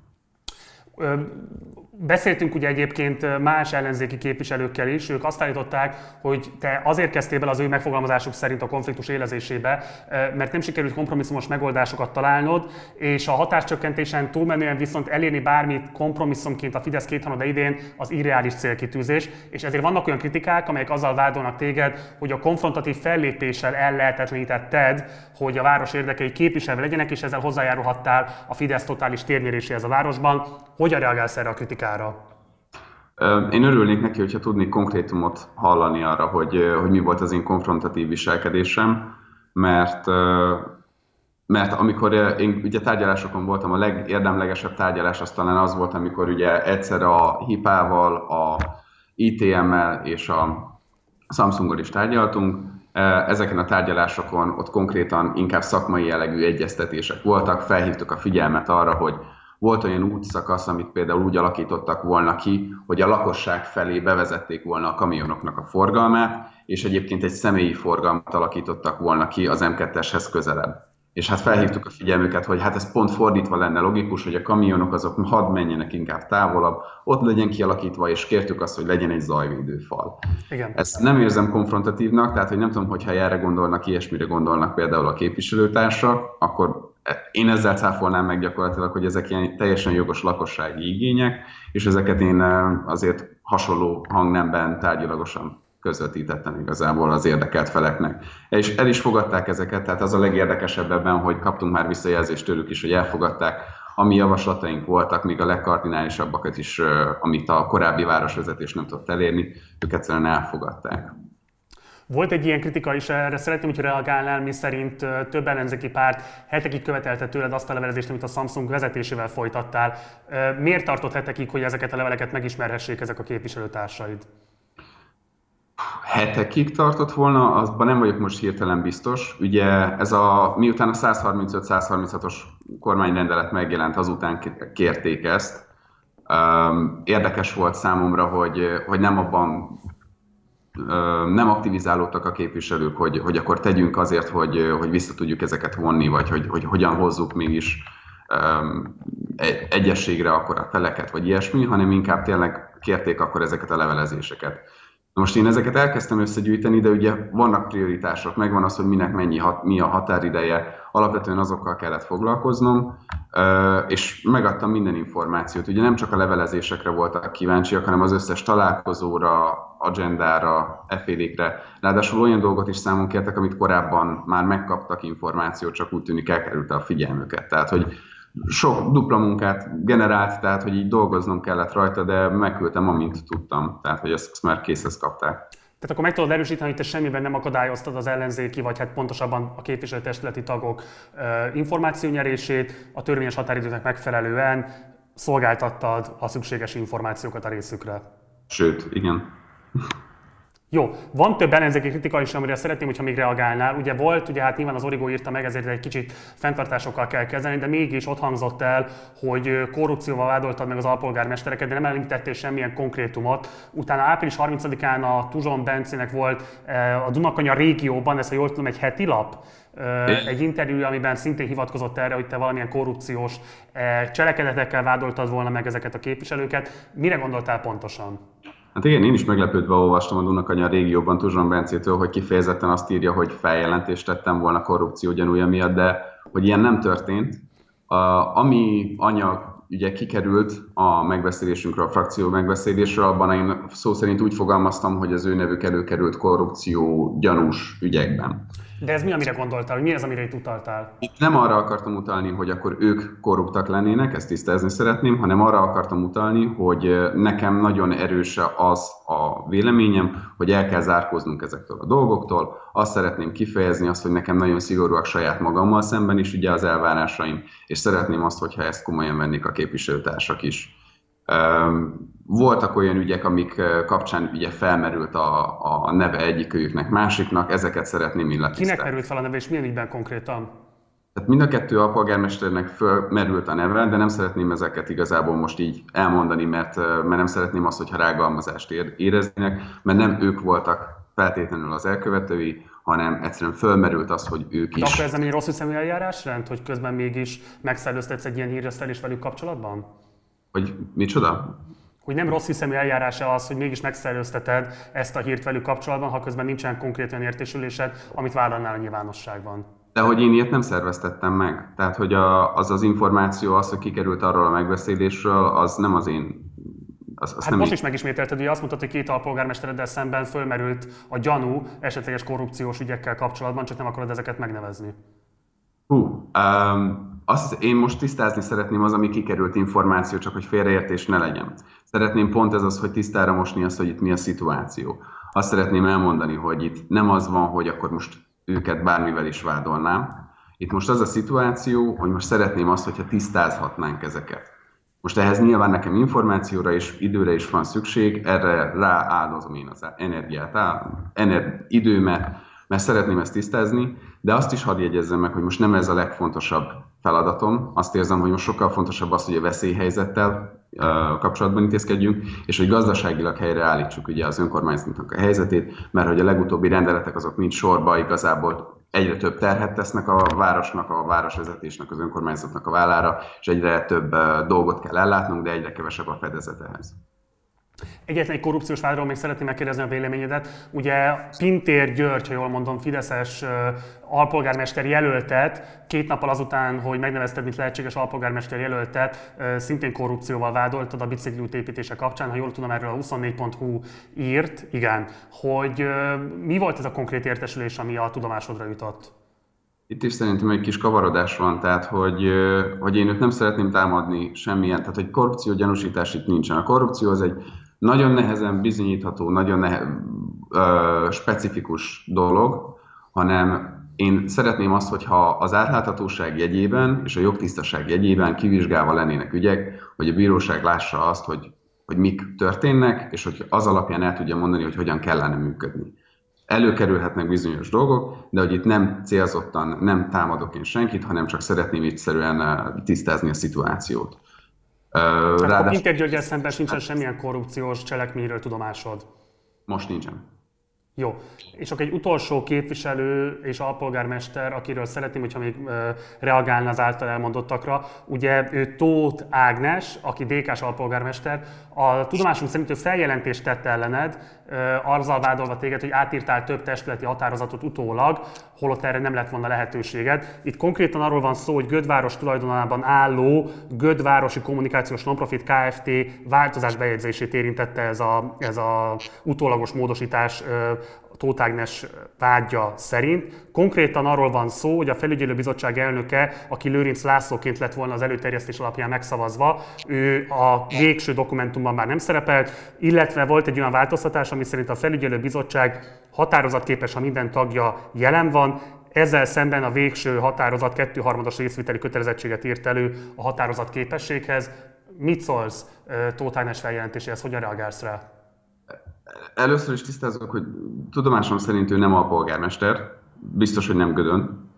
Beszéltünk ugye egyébként más ellenzéki képviselőkkel is, ők azt állították, hogy te azért kezdtél bele az ő megfogalmazásuk szerint a konfliktus élezésébe, mert nem sikerült kompromisszumos megoldásokat találnod, és a hatáscsökkentésen túlmenően viszont elérni bármit kompromisszumként a Fidesz kétharmada idén az irreális célkitűzés, és ezért vannak olyan kritikák, amelyek azzal vádolnak téged, hogy a konfrontatív fellépéssel ellehetetlenítetted, hogy a város érdekei képviselve legyenek, és ezzel hozzájárulhattál a Fidesz totális térnyeréséhez a városban. Hogyan reagálsz erre a kritikára? Én örülnék neki, hogyha tudnék konkrétumot hallani arra, hogy mi volt az én konfrontatív viselkedésem, mert amikor én ugye tárgyalásokon voltam, a legérdemlegesebb tárgyalás az talán az volt, amikor ugye egyszer a HIPA-val, a ITM-mel és a Samsunggal is tárgyaltunk. Ezeken a tárgyalásokon ott konkrétan inkább szakmai jellegű egyeztetések voltak, felhívtuk a figyelmet arra, hogy volt olyan útszakasz, amit például úgy alakítottak volna ki, hogy a lakosság felé bevezették volna a kamionoknak a forgalmát, és egyébként egy személyi forgalmat alakítottak volna ki az M2-eshez közelebb. És hát felhívtuk a figyelmüket, hogy hát ez pont fordítva lenne logikus, hogy a kamionok azok hadd menjenek inkább távolabb, ott legyen kialakítva, és kértük azt, hogy legyen egy zajvédőfal. Igen. Ezt nem érzem konfrontatívnak, tehát hogy nem tudom, hogyha erre gondolnak, ilyesmire gondolnak például a képviselőtársak, akkor én ezzel cáfolnám meg gyakorlatilag, hogy ezek ilyen teljesen jogos lakossági igények, és ezeket én azért hasonló hangnemben tárgyilagosan közvetítettem igazából az érdekelt feleknek. És el is fogadták ezeket, tehát az a legérdekesebb ebben, hogy kaptunk már visszajelzést tőlük is, hogy elfogadták, ami javaslataink voltak, még a legkardinálisabbakat is, amit a korábbi városvezetés nem tudott elérni, ők egyszerűen elfogadták. Volt egy ilyen kritika is, erre szeretném, hogy reagálnál, miszerint több ellenzéki párt hetekig követelte tőled azt a levelezést, amit a Samsung vezetésével folytattál. Miért tartott hetekig, hogy ezeket a leveleket megismerhessék ezek a képviselőtársaid? Hetekig tartott volna, azban nem vagyok most hirtelen biztos. Ugye miután a 135-136-os kormányrendelet megjelent, azután kérték ezt. Érdekes volt számomra, hogy nem aktivizálódtak a képviselők, hogy akkor tegyünk azért, hogy vissza tudjuk ezeket vonni, vagy hogy hogyan hozzuk mégis egyességre akkor a feleket, vagy ilyesmi, hanem inkább tényleg kérték akkor ezeket a levelezéseket. Most én ezeket elkezdtem összegyűjteni, de ugye vannak prioritások, megvan az, hogy minek mi a határideje, alapvetően azokkal kellett foglalkoznom, és megadtam minden információt. Ugye nem csak a levelezésekre voltak kíváncsiak, hanem az összes találkozóra, agendára, effélékre. Ráadásul olyan dolgot is számon kértek, amit korábban már megkaptak információt, csak úgy tűnik elkerülte a figyelmüket. Tehát, hogy sok dupla munkát generált, tehát hogy így dolgoznom kellett rajta, de megküldtem, amint tudtam. Tehát, hogy ezt már készhez kapták. Tehát akkor meg tudod erősíteni, hogy te semmiben nem akadályoztad az ellenzéki, vagy hát pontosabban a képviselőtestületi tagok információnyerését, a törvényes határidőnek megfelelően szolgáltattad a szükséges információkat a részükre. Sőt, igen. Jó, van több ellenzéki kritika is, amire szeretném, hogyha még reagálnál. Ugye volt, hát nyilván az Origo írta meg, ezért egy kicsit fenntartásokkal kell kezdeni, de mégis ott hangzott el, hogy korrupcióval vádoltad meg az alpolgármestereket, de nem említettél semmilyen konkrétumot. Utána április 30-án a Tuzson Bencének volt a Dunakanyar régióban, ez ha jól tudom, egy heti lap, egy interjú, amiben szintén hivatkozott erre, hogy te valamilyen korrupciós cselekedetekkel vádoltad volna meg ezeket a képviselőket. Mire gondoltál pontosan? Hát igen, én is meglepődve olvastam a Dunakanyar régióban Tuzson Bencétől, hogy kifejezetten azt írja, hogy feljelentést tettem volna korrupció gyanúja miatt, de hogy ilyen nem történt. Ami anyag ugye kikerült a megbeszélésünkről, a frakció megbeszélésről, abban én szó szerint úgy fogalmaztam, hogy az ő nevük előkerült korrupció gyanús ügyekben. De ez mi, amire gondoltál, hogy mi az, amire itt utaltál? Itt nem arra akartam utalni, hogy akkor ők korruptak lennének, ezt tisztázni szeretném, hanem arra akartam utalni, hogy nekem nagyon erős az a véleményem, hogy el kell zárkóznunk ezektől a dolgoktól. Azt szeretném kifejezni, hogy nekem nagyon szigorúak saját magammal szemben is ugye az elvárásaim, és szeretném azt, hogyha ezt komolyan vennék a képviselőtársak is. Voltak olyan ügyek, amik kapcsán ugye felmerült a neve egyikőjüknek, másiknak, ezeket szeretném illetni. Kinek merült fel a neve, és milyen ügyben konkrétan? Tehát mind a kettő alpolgármesternek fölmerült a neve, de nem szeretném ezeket igazából most így elmondani, mert nem szeretném azt, hogyha rágalmazást éreznének, mert nem ők voltak feltétlenül az elkövetői, hanem egyszerűen fölmerült az, hogy ők is. De akkor ez nem egy rossz hiszemű eljárásrend, hogy közben mégis megszellőztetsz egy ilyen híresztelést velük kapcsolatban? Hogy micsoda? Hogy nem rossz hiszemű eljárása az, hogy mégis megszellőzteted ezt a hírt velük kapcsolatban, ha közben nincsen konkrét olyan értésülésed, amit vállalnál a nyilvánosságban. De hogy én ilyet nem szerveztettem meg. Tehát, hogy az információ, az, hogy kikerült arról a megbeszélésről, az nem az én... Hát most is megismételted, hogy azt mondtad, hogy két alpolgármestereddel szemben fölmerült a gyanú esetleges korrupciós ügyekkel kapcsolatban, csak nem akarod ezeket megnevezni. Azt én most tisztázni szeretném az, ami kikerült információ, csak hogy félreértés ne legyen. Szeretném pont ez az, hogy tisztára mosni azt, hogy itt mi a szituáció. Azt szeretném elmondani, hogy itt nem az van, hogy akkor most őket bármivel is vádolnám. Itt most az a szituáció, hogy most szeretném azt, hogyha tisztázhatnánk ezeket. Most ehhez nyilván nekem információra és időre is van szükség, erre rááldozom én az energiát, időmet, mert szeretném ezt tisztázni, de azt is hadd jegyezzem meg, hogy most nem ez a legfontosabb feladatom. Azt érzem, hogy most sokkal fontosabb az, hogy a veszélyhelyzettel kapcsolatban intézkedjünk, és hogy gazdaságilag helyreállítsuk ugye az önkormányzatnak a helyzetét, mert hogy a legutóbbi rendeletek azok mind sorba igazából egyre több terhet tesznek a városnak, a városvezetésnek, az önkormányzatnak a vállára, és egyre több dolgot kell ellátnunk, de egyre kevesebb a fedezet ehhez. Egyetlen egy korrupciós vádról még szeretném megkérdezni a véleményedet. Ugye Pintér György, ha jól mondom, fideszes alpolgármester jelöltet, 2 nappal azután, hogy megnevezted, mint lehetséges alpolgármester jelöltet, szintén korrupcióval vádoltad a bicikliút építése kapcsán, ha jól tudom, erről a 24.hu írt, igen, hogy mi volt ez a konkrét értesülés, ami a tudomásodra jutott? Itt is szerintem egy kis kavarodás van, tehát hogy én őt nem szeretném támadni semmilyen, tehát hogy korrupció gyanúsítás itt nincsen. A korrupció az egy nagyon nehezen bizonyítható, nagyon specifikus dolog, hanem én szeretném azt, hogyha az átláthatóság jegyében és a jogtisztaság jegyében kivizsgálva lennének ügyek, hogy a bíróság lássa azt, hogy mik történnek, és hogy az alapján el tudja mondani, hogy hogyan kellene működni. Előkerülhetnek bizonyos dolgok, de hogy itt nem célzottan nem támadok én senkit, hanem csak szeretném egyszerűen tisztázni a szituációt. A Pintér Györggyel szemben sincsen semmilyen korrupciós cselekményről tudomásod? Most nincsen. Jó. És akkor egy utolsó képviselő és alpolgármester, akiről szeretném, hogyha még reagálna az által elmondottakra. Ugye ő Tóth Ágnes, aki DK-s alpolgármester. A tudomásunk szerint ő feljelentést tett ellened, azzal vádolva téged, hogy átírtál több testületi határozatot utólag, holott erre nem lett volna lehetőséged. Itt konkrétan arról van szó, hogy Gödváros tulajdonában álló Gödvárosi Kommunikációs Nonprofit Kft. Változásbejegyzését érintette ez a utólagos módosítás Tóth Ágnes vádja szerint. Konkrétan arról van szó, hogy a felügyelőbizottság elnöke, aki Lőrinc Lászlóként lett volna az előterjesztés alapján megszavazva, ő a végső dokumentumban már nem szerepelt, illetve volt egy olyan változtatás, ami szerint a felügyelőbizottság határozatképes, ha minden tagja jelen van. Ezzel szemben a végső határozat 2/3 részvételi kötelezettséget írt elő a határozat képességhez. Mit szólsz Tóth Ágnes feljelentéséhez, hogyan reagálsz rá? Először is tisztázok, hogy tudomásom szerint ő nem alpolgármester, biztos, hogy nem Gödön.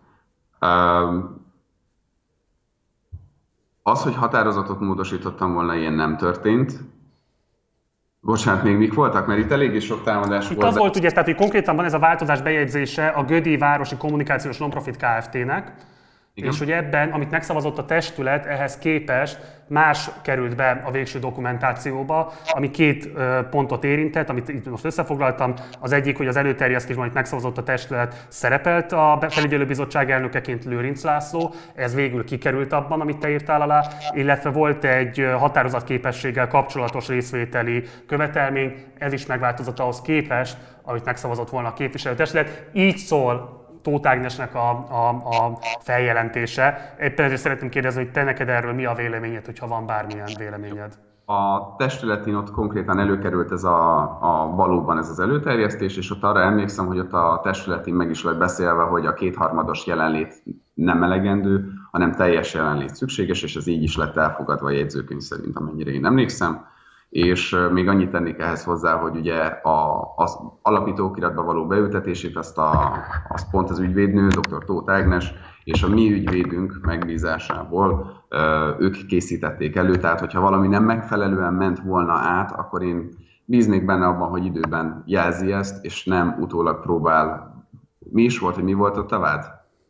Az, hogy határozatot módosítottam volna, ilyen nem történt. Bocsánat, még mik voltak? Mert itt eléggé sok támadás volt. Itt az volt ugye, tehát hogy konkrétan van ez a változás bejegyzése a Gödi Városi Kommunikációs Nonprofit Kft-nek, igen. És hogy ebben, amit megszavazott a testület, ehhez képest más került be a végső dokumentációba, ami 2 pontot érintett, amit itt most összefoglaltam. Az egyik, hogy az előterjesztésben, amit megszavazott a testület, szerepelt a felügyelőbizottság elnökeként Lőrinc László, ez végül kikerült abban, amit te írtál alá, illetve volt egy határozatképességgel kapcsolatos részvételi követelmény, ez is megváltozott ahhoz képest, amit megszavazott volna a képviselőtestület. Így szól Tóth Ágnesnek a feljelentése. Éppen ezért szeretném kérdezni, hogy te neked erről mi a véleményed, hogyha van bármilyen véleményed? A testületén ott konkrétan előkerült ez valóban ez az előterjesztés, és ott arra emlékszem, hogy ott a testületén meg is lett beszélve, hogy a 2/3 jelenlét nem elegendő, hanem teljes jelenlét szükséges, és ez így is lett elfogadva a jegyzőkönyv szerint, amennyire én emlékszem. És még annyit tennék ehhez hozzá, hogy ugye az alapítókiratba való beültetését azt pont az ügyvédnő, dr. Tóth Ágnes, és a mi ügyvédünk megbízásából ők készítették elő, tehát hogyha valami nem megfelelően ment volna át, akkor én bíznék benne abban, hogy időben jelzi ezt, és nem utólag próbál. Mi is volt, hogy mi volt ott a vád?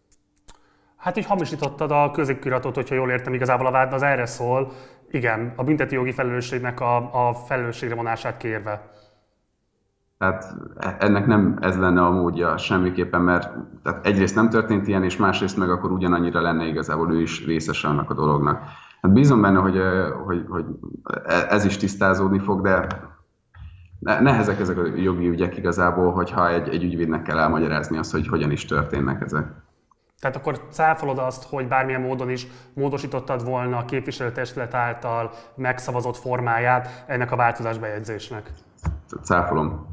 Hát így hamisítottad a közikiratot, hogyha jól értem, igazából a vád az erre szól. Igen, a bünteti jogi felelősségnek a felelősségre vonását kérve. Tehát ennek nem ez lenne a módja semmiképpen, mert tehát egyrészt nem történt ilyen, és másrészt meg akkor ugyanannyira lenne igazából ő is részese annak a dolognak. Hát bízom benne, hogy ez is tisztázódni fog, de nehezek ezek a jogi ügyek igazából, hogyha egy ügyvédnek kell elmagyarázni azt, hogy hogyan is történnek ezek. Tehát akkor cáfolod azt, hogy bármilyen módon is módosítottad volna a képviselőtestület által megszavazott formáját ennek a változásbejegyzésnek? Cáfolom.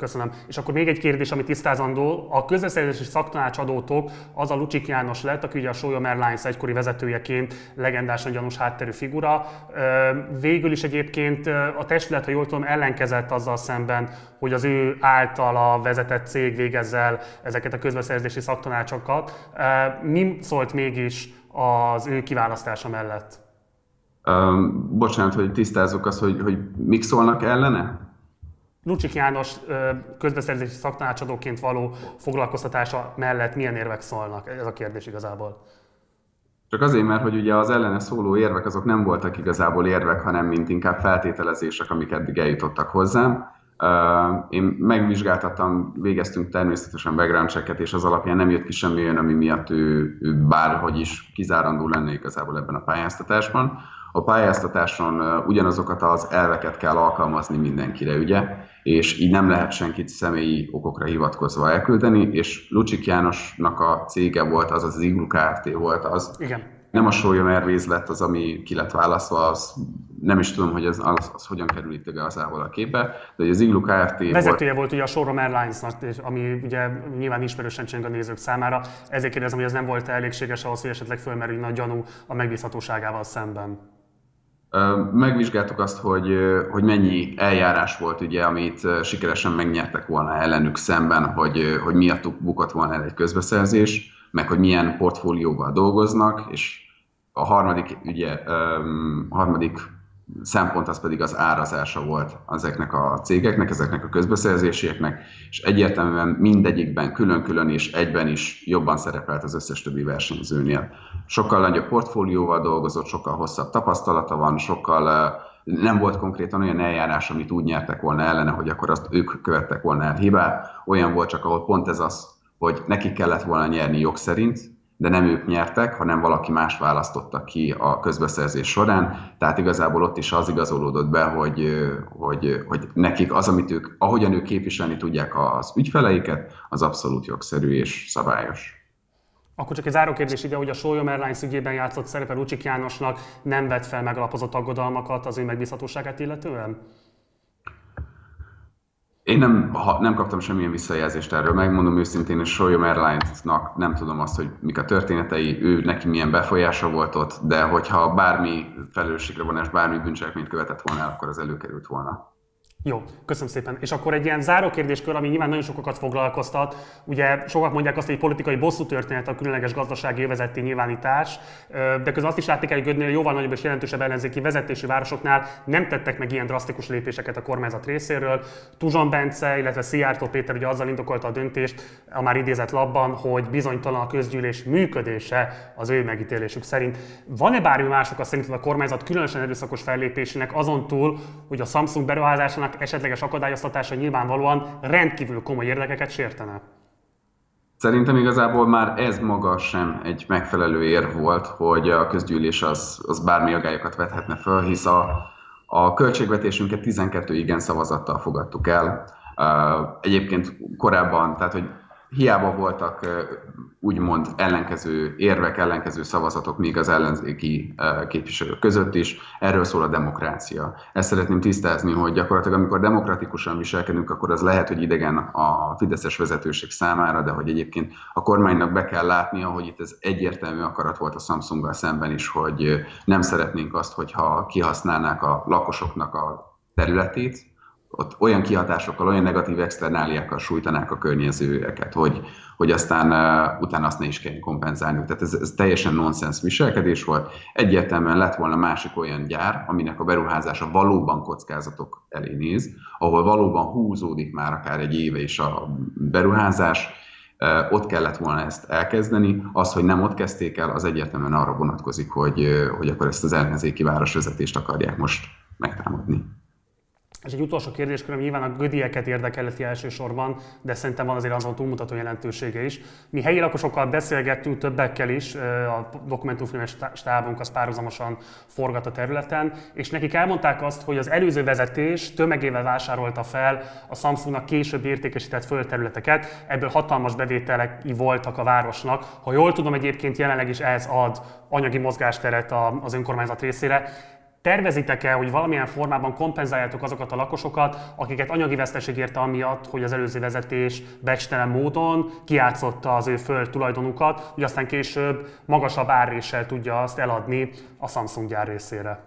Köszönöm. És akkor még egy kérdés, ami tisztázandó. A közbeszerzési szaktanácsadótok az a Lucsik János lett, aki ugye a Sólyom Airlines egykori vezetőjeként legendásan gyanús hátterű figura. Végül is egyébként a testület, ha jól tudom, ellenkezett azzal szemben, hogy az ő általa vezetett cég végezze el ezeket a közbeszerzési szaktanácsokat. Mi szólt mégis az ő kiválasztása mellett? Bocsánat, hogy tisztázzuk azt, hogy mik szólnak ellene? Lucsik János közbeszerzési szaktanácsadóként való foglalkoztatása mellett milyen érvek szólnak? Ez a kérdés igazából. Csak azért, mert hogy ugye az ellene szóló érvek azok nem voltak igazából érvek, hanem mint inkább feltételezések, amik eddig eljutottak hozzám. Én megvizsgáltattam, végeztünk természetesen background checket, és az alapján nem jött ki semmi olyan, ami miatt ő bárhogy is kizárandó lenne igazából ebben a pályáztatásban. A pályáztatáson ugyanazokat az elveket kell alkalmazni mindenkire, ugye? És így nem lehet senkit személyi okokra hivatkozva elküldeni, és Lucsik Jánosnak a cége volt az, az Igloo Kft. Volt az. Igen. Nem a Sólyom Airways lett az, ami ki lett választva, az nem is tudom, hogy az hogyan kerül itt igazából a képbe, de az Igloo Kft. Vezetője volt ugye a Sólyom Airlines-nak, ami ugye nyilván ismerősen cseng a nézők számára. Ezért kérdezem, hogy ez nem volt elégséges ahhoz, hogy esetleg fölmerüljön a gyanú a megbízhatóságával szemben. Megvizsgáltuk azt, hogy mennyi eljárás volt, ugye, amit sikeresen megnyertek volna ellenük szemben, hogy miattuk bukott volna el egy közbeszerzés, meg hogy milyen portfólióval dolgoznak, és a harmadik szempont az pedig az árazása volt ezeknek a cégeknek, ezeknek a közbeszerzéseknek, és egyértelműen mindegyikben külön-külön és egyben is jobban szerepelt az összes többi versenyzőnél. Sokkal nagyobb portfólióval dolgozott, sokkal hosszabb tapasztalata van, sokkal nem volt konkrétan olyan eljárás, amit úgy nyertek volna ellene, hogy akkor azt ők követtek volna el hibát. Olyan volt csak, ahol pont ez az, hogy nekik kellett volna nyerni jog szerint, de nem ők nyertek, hanem valaki más választottak ki a közbeszerzés során. Tehát igazából ott is az igazolódott be, hogy nekik az, amit ők, ahogyan ők képviselni tudják az ügyfeleiket, az abszolút jogszerű és szabályos. Akkor csak egy záró kérdés ide, hogy a Sólyom Airlines ügyében játszott szerepe Lucsik Jánosnak nem vett fel megalapozott aggodalmakat az ő megbízhatóságát illetően? Én nem kaptam semmilyen visszajelzést erről, megmondom őszintén, és Sólyom Airlines-nak nem tudom azt, hogy mik a történetei, ő neki milyen befolyása volt ott, de hogyha bármi felelősségre vonás, bármi bűncselekményt követett volna, akkor az előkerült volna. Jó, köszönöm szépen. És akkor egy ilyen záró kérdéskör, ami nyilván nagyon sokakat foglalkoztat. Ugye sokak mondják azt, hogy egy politikai bosszú történet a különleges gazdasági övezetté nyilvánítás, de közben azt is látni kell, hogy Gödnél jóval nagyobb és jelentősebb ellenzéki vezetési városoknál nem tettek meg ilyen drasztikus lépéseket a kormányzat részéről. Tuzson Bence, illetve Szijjártó Péter ugye azzal indokolta a döntést a már idézett labban, hogy bizonytalan a közgyűlés működése az ő megítélésük szerint. Van-e bármi mások a szerint a kormányzat különösen erőszakos fellépésének azon túl, hogy a Samsung beruházásának esetleges akadályoztatása nyilvánvalóan rendkívül komoly érdekeket sértene? Szerintem igazából már ez maga sem egy megfelelő érv volt, hogy a közgyűlés az bármi aggályokat vethetne föl, hisz a költségvetésünket 12 igen szavazattal fogadtuk el. Egyébként korábban, tehát hogy hiába voltak úgymond ellenkező érvek, ellenkező szavazatok még az ellenzéki képviselők között is, erről szól a demokrácia. Ezt szeretném tisztázni, hogy gyakorlatilag amikor demokratikusan viselkedünk, akkor az lehet, hogy idegen a fideszes vezetőség számára, de hogy egyébként a kormánynak be kell látnia, hogy itt ez egyértelmű akarat volt a Samsunggal szemben is, hogy nem szeretnénk azt, hogyha kihasználnák a lakosoknak a területét, ott olyan kihatásokkal, olyan negatív externáliákkal sújtanák a környezőeket, hogy aztán utána azt ne is kell kompenzálni. Tehát ez teljesen nonsens viselkedés volt. Egyértelműen lett volna másik olyan gyár, aminek a beruházása valóban kockázatok elé néz, ahol valóban húzódik már akár egy éve is a beruházás, ott kellett volna ezt elkezdeni. Az, hogy nem ott kezdték el, az egyértelműen arra vonatkozik, hogy akkor ezt az ellenzéki városvezetést akarják most megtámadni. És egy utolsó kérdésköröm nyilván a gödieket érdekelleti elsősorban, de szerintem van azért azon túlmutató jelentősége is. Mi helyi lakosokkal beszélgettünk, többekkel is, a dokumentumfilmes stábunk az párhuzamosan forgat a területen, és nekik elmondták azt, hogy az előző vezetés tömegével vásárolta fel a Samsungnak később értékesített földterületeket, ebből hatalmas bevételek voltak a városnak. Ha jól tudom, egyébként jelenleg is ez ad anyagi mozgásteret az önkormányzat részére. Tervezitek-e, hogy valamilyen formában kompenzáljátok azokat a lakosokat, akiket anyagi veszteség érte amiatt, hogy az előző vezetés becstelen módon kijátszotta az ő földtulajdonukat, hogy aztán később magasabb árréssel tudja azt eladni a Samsung gyár részére?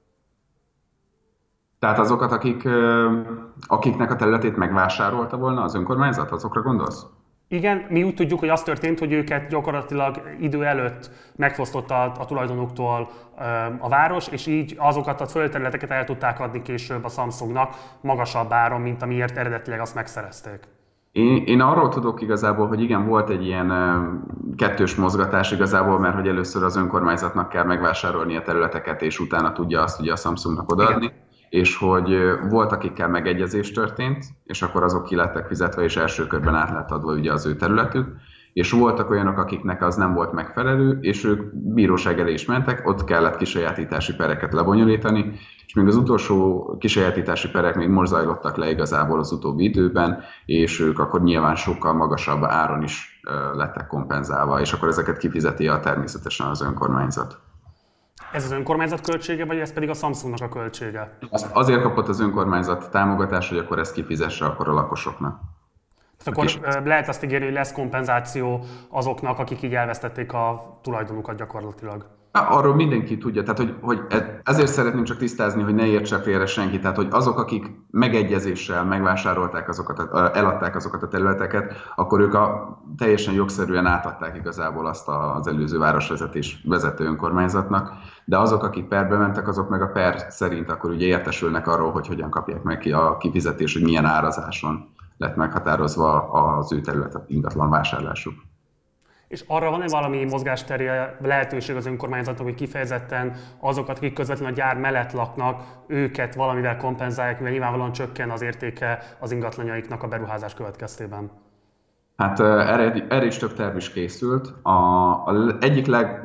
Tehát azokat, akiknek a területét megvásárolta volna az önkormányzat, azokra gondolsz? Igen, mi úgy tudjuk, hogy az történt, hogy őket gyakorlatilag idő előtt megfosztotta a tulajdonuktól a város, és így azokat a földterületeket el tudták adni később a Samsungnak magasabb áron, mint amiért eredetileg azt megszerezték. Én arról tudok igazából, hogy igen, volt egy ilyen kettős mozgatás igazából, mert hogy először az önkormányzatnak kell megvásárolni a területeket, és utána tudja azt ugye a Samsungnak odaadni. Igen. És hogy volt, akikkel megegyezés történt, és akkor azok ki lettek fizetve, és első körben át lett adva ugye az ő területük, és voltak olyanok, akiknek az nem volt megfelelő, és ők bíróság elé is mentek, ott kellett kisajátítási pereket lebonyolítani, és még az utolsó kisajátítási perek még most zajlottak le igazából az utóbbi időben, és ők akkor nyilván sokkal magasabb áron is lettek kompenzálva, és akkor ezeket kifizeti természetesen az önkormányzat. Ez az önkormányzat költsége, vagy ez pedig a Samsungnak a költsége? Azért kapott az önkormányzat támogatást, hogy akkor ezt kifizesse akkor a lakosoknak. Akkor lehet azt ígérni, hogy lesz kompenzáció azoknak, akik így elvesztették a tulajdonukat gyakorlatilag? Arról mindenki tudja, tehát hogy ezért szeretném csak tisztázni, hogy ne értse félre senki, tehát hogy azok, akik megegyezéssel megvásárolták azokat, eladták azokat a területeket, akkor ők teljesen jogszerűen átadták igazából azt az előző városvezetés vezető önkormányzatnak, de azok, akik perbe mentek, azok meg a per szerint akkor ugye értesülnek arról, hogy hogyan kapják meg ki a kifizetés, hogy milyen árazáson lett meghatározva az ő terület ingatlan vásárlásuk. És arra van-e valami mozgásterje, lehetőség az önkormányzatnak, hogy kifejezetten azokat, akik közvetlenül a gyár mellett laknak, őket valamivel kompenzálják, mivel nyilvánvalóan csökken az értéke az ingatlanjaiknak a beruházás következtében? Hát erre is több terv is készült. Egyik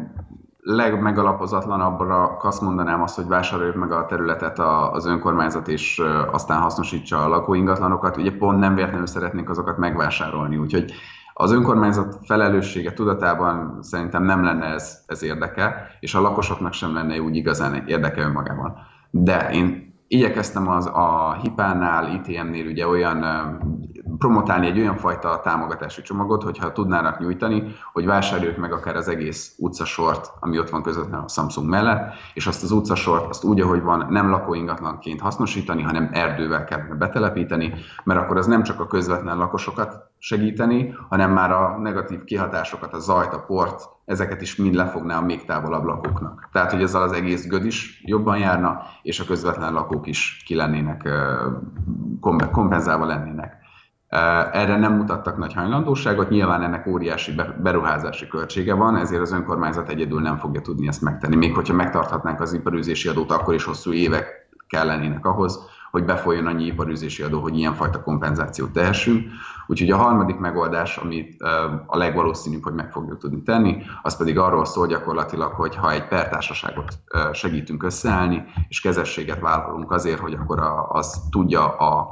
legmegalapozatlanabbra azt mondanám azt, hogy vásároljuk meg a területet az önkormányzat, és aztán hasznosítsa a lakóingatlanokat. Ugye pont nem véletlenül szeretnénk azokat megvásárolni, úgyhogy az önkormányzat felelőssége tudatában szerintem nem lenne ez érdeke, és a lakosoknak sem lenne úgy igazán érdeke önmagában. De én igyekeztem a HIPA-nál, ITM-nél ugye promotálni egy olyan fajta támogatási csomagot, hogyha tudnának nyújtani, hogy vásároljuk meg akár az egész utcasort, ami ott van közvetlenül a Samsung mellett, és azt az utcasort azt úgy, ahogy van, nem lakóingatlanként hasznosítani, hanem erdővel kellene betelepíteni, mert akkor az nem csak a közvetlen lakosokat segíteni, hanem már a negatív kihatásokat, a zajt, a port, ezeket is mind lefogná a még távolabb lakóknak. Tehát, hogy ezzel az egész göd is jobban járna, és a közvetlen lakók is ki lennének, kompenzálva lennének. Erre nem mutattak nagy hajlandóságot, nyilván ennek óriási beruházási költsége van, ezért az önkormányzat egyedül nem fogja tudni ezt megtenni. Még hogyha megtarthatnánk az iparűzési adót, akkor is hosszú évek kellenének ahhoz, hogy befolyjon annyi iparűzési adó, hogy ilyenfajta kompenzációt tehessünk. Úgyhogy a harmadik megoldás, amit a legvalószínűbb, hogy meg fogjuk tudni tenni, az pedig arról szól gyakorlatilag, hogy ha egy pertársaságot segítünk összeállni, és kezességet vállalunk azért, hogy akkor az tudja a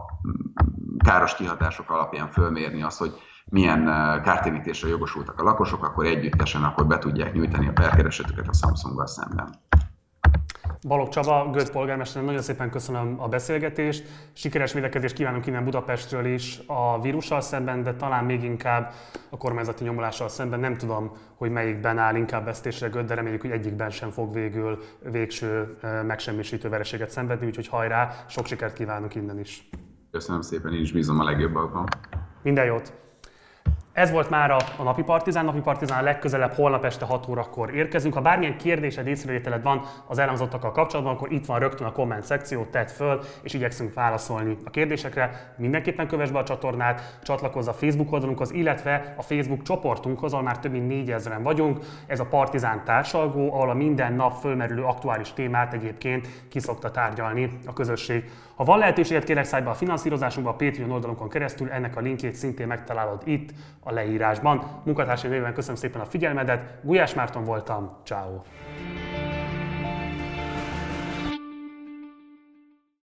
káros kihatások alapján fölmérni azt, hogy milyen kártérítésre jogosultak a lakosok, akkor együttesen akkor be tudják nyújtani a perkeresetüket a Samsunggal szemben. Balogh Csaba, Göd polgármester, nagyon szépen köszönöm a beszélgetést. Sikeres védekezést kívánunk innen Budapestről is a vírussal szemben, de talán még inkább a kormányzati nyomulással szemben. Nem tudom, hogy melyikben áll inkább vesztésre Göd, de reméljük, hogy egyikben sem fog végül végső megsemmisítő vereséget szenvedni, úgyhogy hajrá, sok sikert kívánok innen is. Köszönöm szépen, én is bízom a legjobbakban. Minden jót! Ez volt mára a Napi Partizán. Napi Partizán legközelebb holnap este 6 órakor érkezünk. Ha bármilyen kérdésed, észrevételed van az elhangzottakkal kapcsolatban, akkor itt van rögtön a komment szekció, tedd föl, és igyekszünk válaszolni a kérdésekre. Mindenképpen kövess be a csatornát, csatlakozz a Facebook oldalunkhoz, illetve a Facebook csoportunkhoz, ahol már több mint 4000-en vagyunk. Ez a Partizán társalgó, ahol a minden nap fölmerülő aktuális témát egyébként kiszokta tárgyalni a közösség. Ha van lehetőséget, kérlek szállj be a finanszírozásunkba a Patreon oldalunkon keresztül, ennek a linkjét szintén megtalálod itt a leírásban. Munkatársaim nevében köszönöm szépen a figyelmedet, Gulyás Márton voltam, ciao.